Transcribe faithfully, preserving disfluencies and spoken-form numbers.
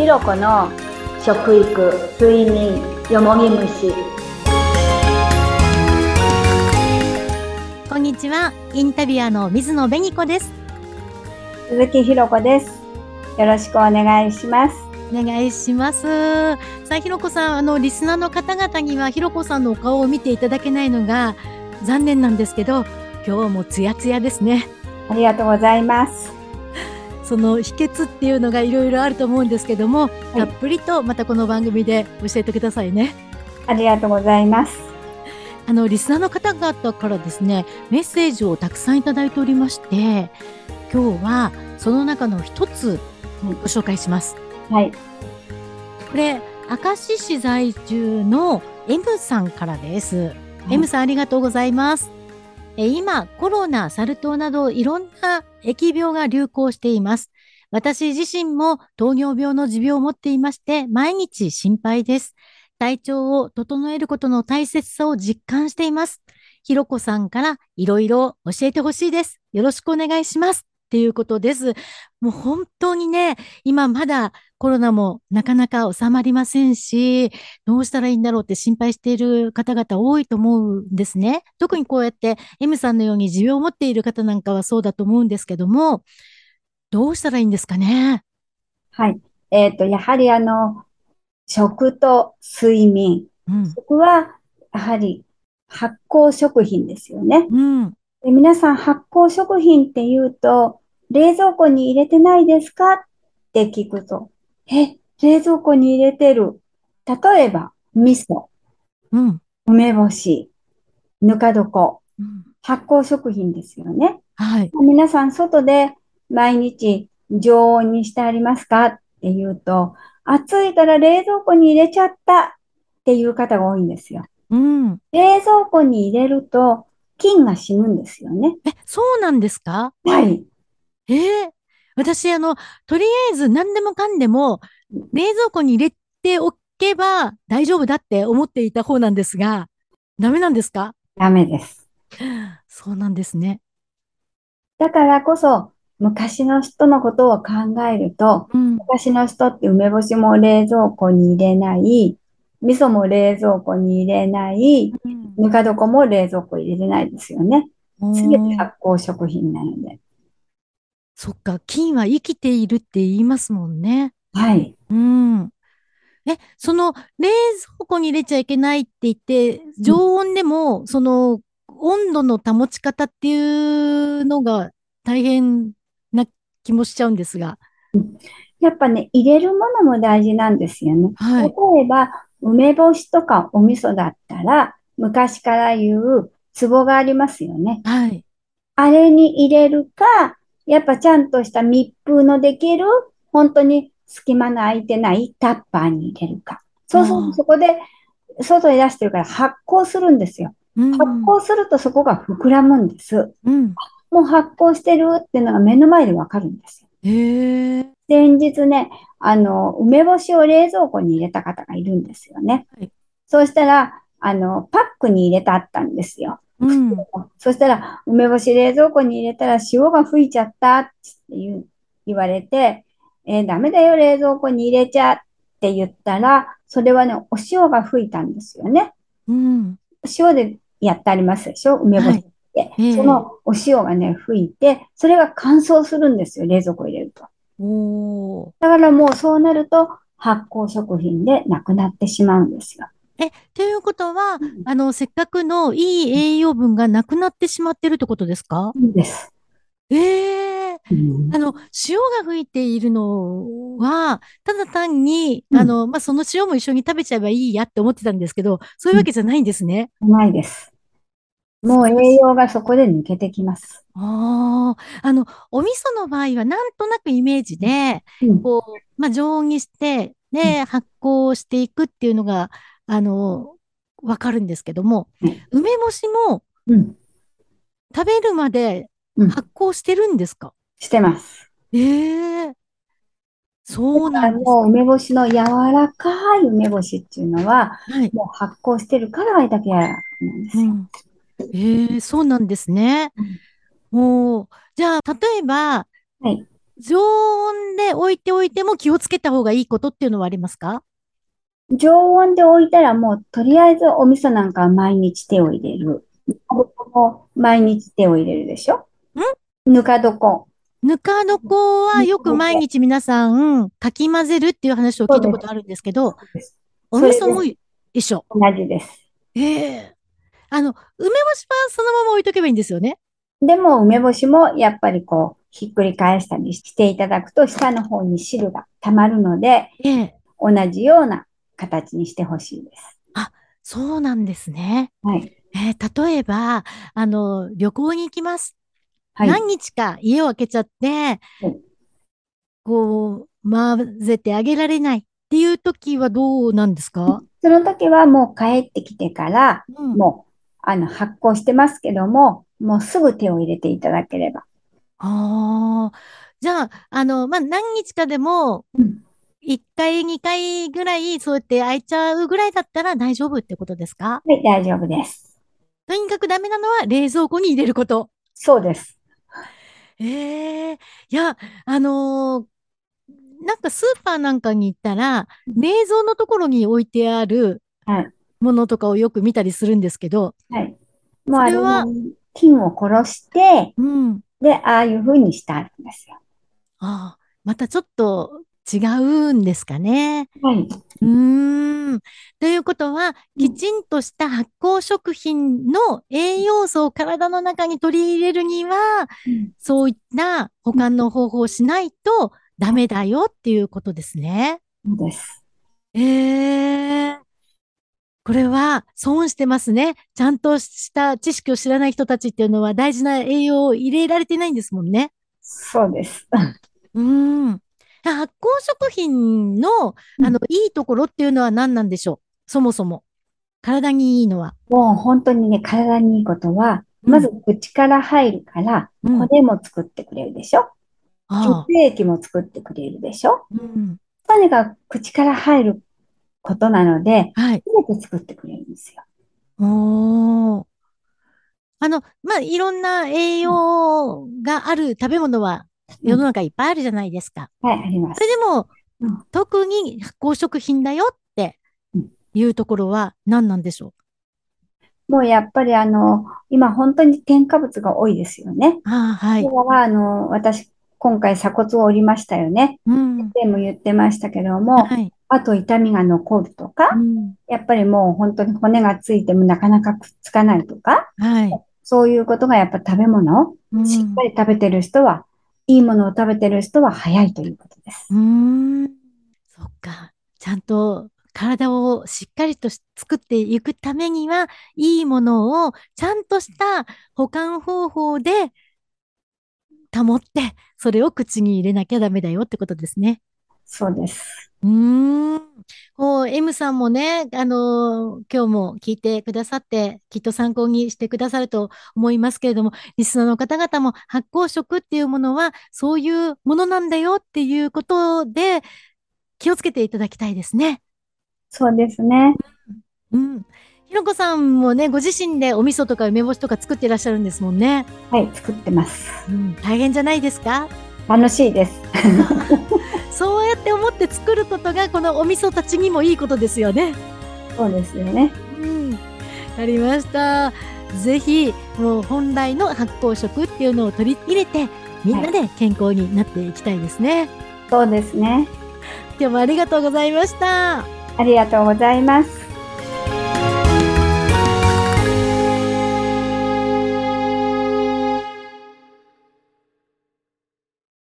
ひろこの食育、睡眠、よもぎ虫。 こんにちは、インタビュアーの水野紅子です。 鈴木ひろこです。よろしくお願いします。 お願いします。さあ、ひろこさん、あのリスナーの方々にはひろこさんのお顔を見ていただけないのが残念なんですけど、今日もツヤツヤですね。 ありがとうございます。 その秘訣っていうのがいろいろあると思うんですけども、 はい、 たっぷりとまたこの番組で教えてくださいね。 ありがとうございます。 あのリスナーの方々からですね、メッセージをたくさんいただいておりまして、今日はその中の一つご紹介します。 はい。 これ、明石市在住の M さんからです。はい、M さんありがとうございます。え今、コロナ、サル痘などいろんな疫病が流行しています。私自身も糖尿病の持病を持っていまして、毎日心配です。体調を整えることの大切さを実感しています。ひろこさんからいろいろ教えてほしいです。よろしくお願いします。っていうことです。もう本当にね、今まだコロナもなかなか収まりませんし、どうしたらいいんだろうって心配している方々多いと思うんですね。特にこうやって M さんのように持病を持っている方なんかはそうだと思うんですけども、どうしたらいいんですかね。 はい。えっと、やはりあの、食と睡眠。 うん。 食は、やはり発酵食品ですよね。 うん。 で、皆さん発酵食品って言うと、冷蔵庫に入れてないですかって聞くと、え、冷蔵庫に入れてる。例えば、味噌、 うん。 梅干し、ぬか床、 うん。 発酵食品ですよね。 はい。 皆さん外で毎日常温にしてありますかって言うと、暑いから冷蔵庫に入れちゃったっていう方が多いんですよ。 うん。 冷蔵庫に入れると菌が死ぬんですよね。 え、そうなんですか？ はい。 えー私、あの、とりあえず何でもかんでも冷蔵庫に入れておけば大丈夫だって思っていた方なんですが、ダメなんですか？ ダメです。 そうなんですね。 だからこそ昔の人のことを考えると、 うん。 昔の人って梅干しも冷蔵庫に入れない、味噌も冷蔵庫に入れない、 うん。 ぬか床も冷蔵庫入れれないですよね。 おすべてー、 発酵食品なので。 そっか、菌は生きているって言いますもんね。 はい。 うん。え、その、冷蔵庫に入れちゃいけないって言って、 うん、 常温でも、その、温度の保ち方っていうのが大変な気もしちゃうんですが。 やっぱね、入れるものも大事なんですよね。 はい。 例えば、梅干しとかお味噌だったら、昔から言う壺がありますよね。 はい。 あれに入れるか、やっぱちゃんとした密封のできる、本当に隙間の空いてないタッパーに入れるか。そうするとああ。 そこで外に出してるから発酵するんですよ。 う発ん。 酵するとそこが膨らむんです。 うん。 もう発酵してるっていうのが目の前でわかるんですよ。 へえ。 先日ね、あの、梅干しを冷蔵庫に入れた方がいるんですよね。 はい。 そうしたら、あの、パックに入れてあったんですよ。 うん。 そしたら、梅干し冷蔵庫に入れたら塩が吹いちゃったって言う言われて、えーダメだよ、冷蔵庫に入れちゃって言ったら、それはね、お塩が吹いたんですよね。 うん。 塩でやってありますでしょ、梅干しっはい。 て。 ええ。 そのお塩がね、吹いて、それが乾燥するんですよ、冷蔵庫入れると。 おー。 だからもうそうなると、発酵食品でなくなってしまうんですよ。 え、ということは、 うん、 あの、せっかくのいい栄養分がなくなってしまってるってことですか？ いいです。 ええ。 うん。 あの、塩が吹いているのは、ただ単に、 うん。 あの、まあ、その塩も一緒に食べちゃえばいいやって思ってたんですけど、そういうわけじゃないんですね。 ないです。もう栄素晴らしい。 養がそこで抜けてきます。 ああ、あの、お味噌の場合はなんとなくイメージで、 うん。 こう、まあ、常温にして、 うん。 で、発酵していくっていうのが、あの、わかるんですけども、 はい。 梅干しもうん。 食べるまでうん。 発酵してるんですか？ してます。 ええ。そうなあんですね。 の梅干しの柔らかい梅干しっていうのは、 はい。 もう発酵してるからあれだけ柔らかくなんですよ。 うん。ええ、そうなんですね。 うん。 もう、じゃあ、例えば、 はい。 常温で置いておいても気をつけた方がいいことっていうのはありますか？ 常温で置いたらもう、とりあえずお味噌なんかは毎日手を入れる。ぬか床も毎日手を入れるでしょ。 んぬか床。 ぬか床はぬかよく毎床。 日皆さんかき混ぜるっていう話をそうです。 聞いたことあるんですけど、 そうです。 おそれです。 味噌も一緒。 同じです。 ええ。あの、梅干しはそのまま置いとけばいいんですよね。 でも、梅干しもやっぱりこう、ひっくり返したりしていただくと、下の方に汁が溜まるので、 ええ。 同じような形にしてほしいです。 あ、そうなんですね。 はい。 えー例えば、あの、旅行に行きます。 はい。 何日か家を空けちゃって、 はい。 こう、混ぜてあげられないっていう時はどうなんですか？ その時はもう帰ってきてから、 うん。 もう、あの、発酵してますけども、もうすぐ手を入れていただければ。 ああ。じゃあ、あの、まあ、何日かでも、 うん。 いっかい、にかいぐらい、そうやって空いちゃうぐらいだったら大丈夫ってことですか？ はい、大丈夫です。 とにかくダメなのは冷蔵庫に入れること。 そうです。 ええ。いや、あのーなんかスーパーなんかに行ったら、冷蔵のところに置いてあるはい。 ものとかをよく見たりするんですけど、 はい。もうあれも、 それは、 菌を殺して、 うん、 で、ああいう風にしてあるんですよ。 ああ、またちょっと違うんですかね。 はい。 うーん。ということは、 うん。 きちんとした発酵食品の栄養素を体の中に取り入れるには、 うん。 そういった保うん。 管の方法をしないとダメだよっていうことですね。 そうです。 ええ。これは損してますね。ちゃんとした知識を知らない人たちっていうのは大事な栄養を入れられてないんですもんね。 そうです。 うーん。発酵食品の、あの、 うん。 いいところっていうのは何なんでしょう？そもそも。体にいいのは。 もう本当にね、体にいいことは、 うん。 まず口から入るから、 うん。 骨も作ってくれるでしょ。血ああ。 液も作ってくれるでしょ。 うん。 とにかく口から入ることなので、 はい。 すべて作ってくれるんですよ。 おー。あの、まあ、いろんな栄うん。 養がある食べ物はうん。 世の中いっぱいあるじゃないですか。 はい、あります。 それでも、 うん。 特に発酵食品だよってうん。 いうところは何なんでしょもうやっぱりあの、今本当に添加物が多いですよね。 う？ああ、はい。 これはあの、私、今回鎖骨を折りましたよね。 うん。 先生も言ってましたけども、 はい。 あと痛みが残るとか、 うん。 やっぱりもう本当に骨がついてもなかなかくっつかないとか、 はい。 そういうことがやっぱ食べ物、しっかうん。 り食べてる人は、いいものを食べてる人は早いということでうす。 ーん。そっか。ちゃんと体をしっかりとし作っていくためには、いいものをちゃんとした保管方法で保って、それを口に入れなきゃダメだよってことですね。 そうです。 うーん。こう、M さんもね、あのー今日も聞いてくださって、きっと参考にしてくださると思いますけれども、リスナーの方々も発酵食っていうものは、そういうものなんだよっていうことで、気をつけていただきたいですね。 そうですね。 うん。ひろこさんもね、ご自身でお味噌とか梅干しとか作ってらっしゃるんですもんね。 はい、作ってます。 うん、大変じゃないですか？ 楽しいです。 ああ、そうやって思って作ることが、このお味噌たちにもいいことですよね。 そうですよね。 うん。ありました。ぜひ、もう本来の発酵食っていうのを取り入れて、みんはい、 なで健康になっていきたいですね。 そうですね。 今日もありがとうございました。 ありがとうございます。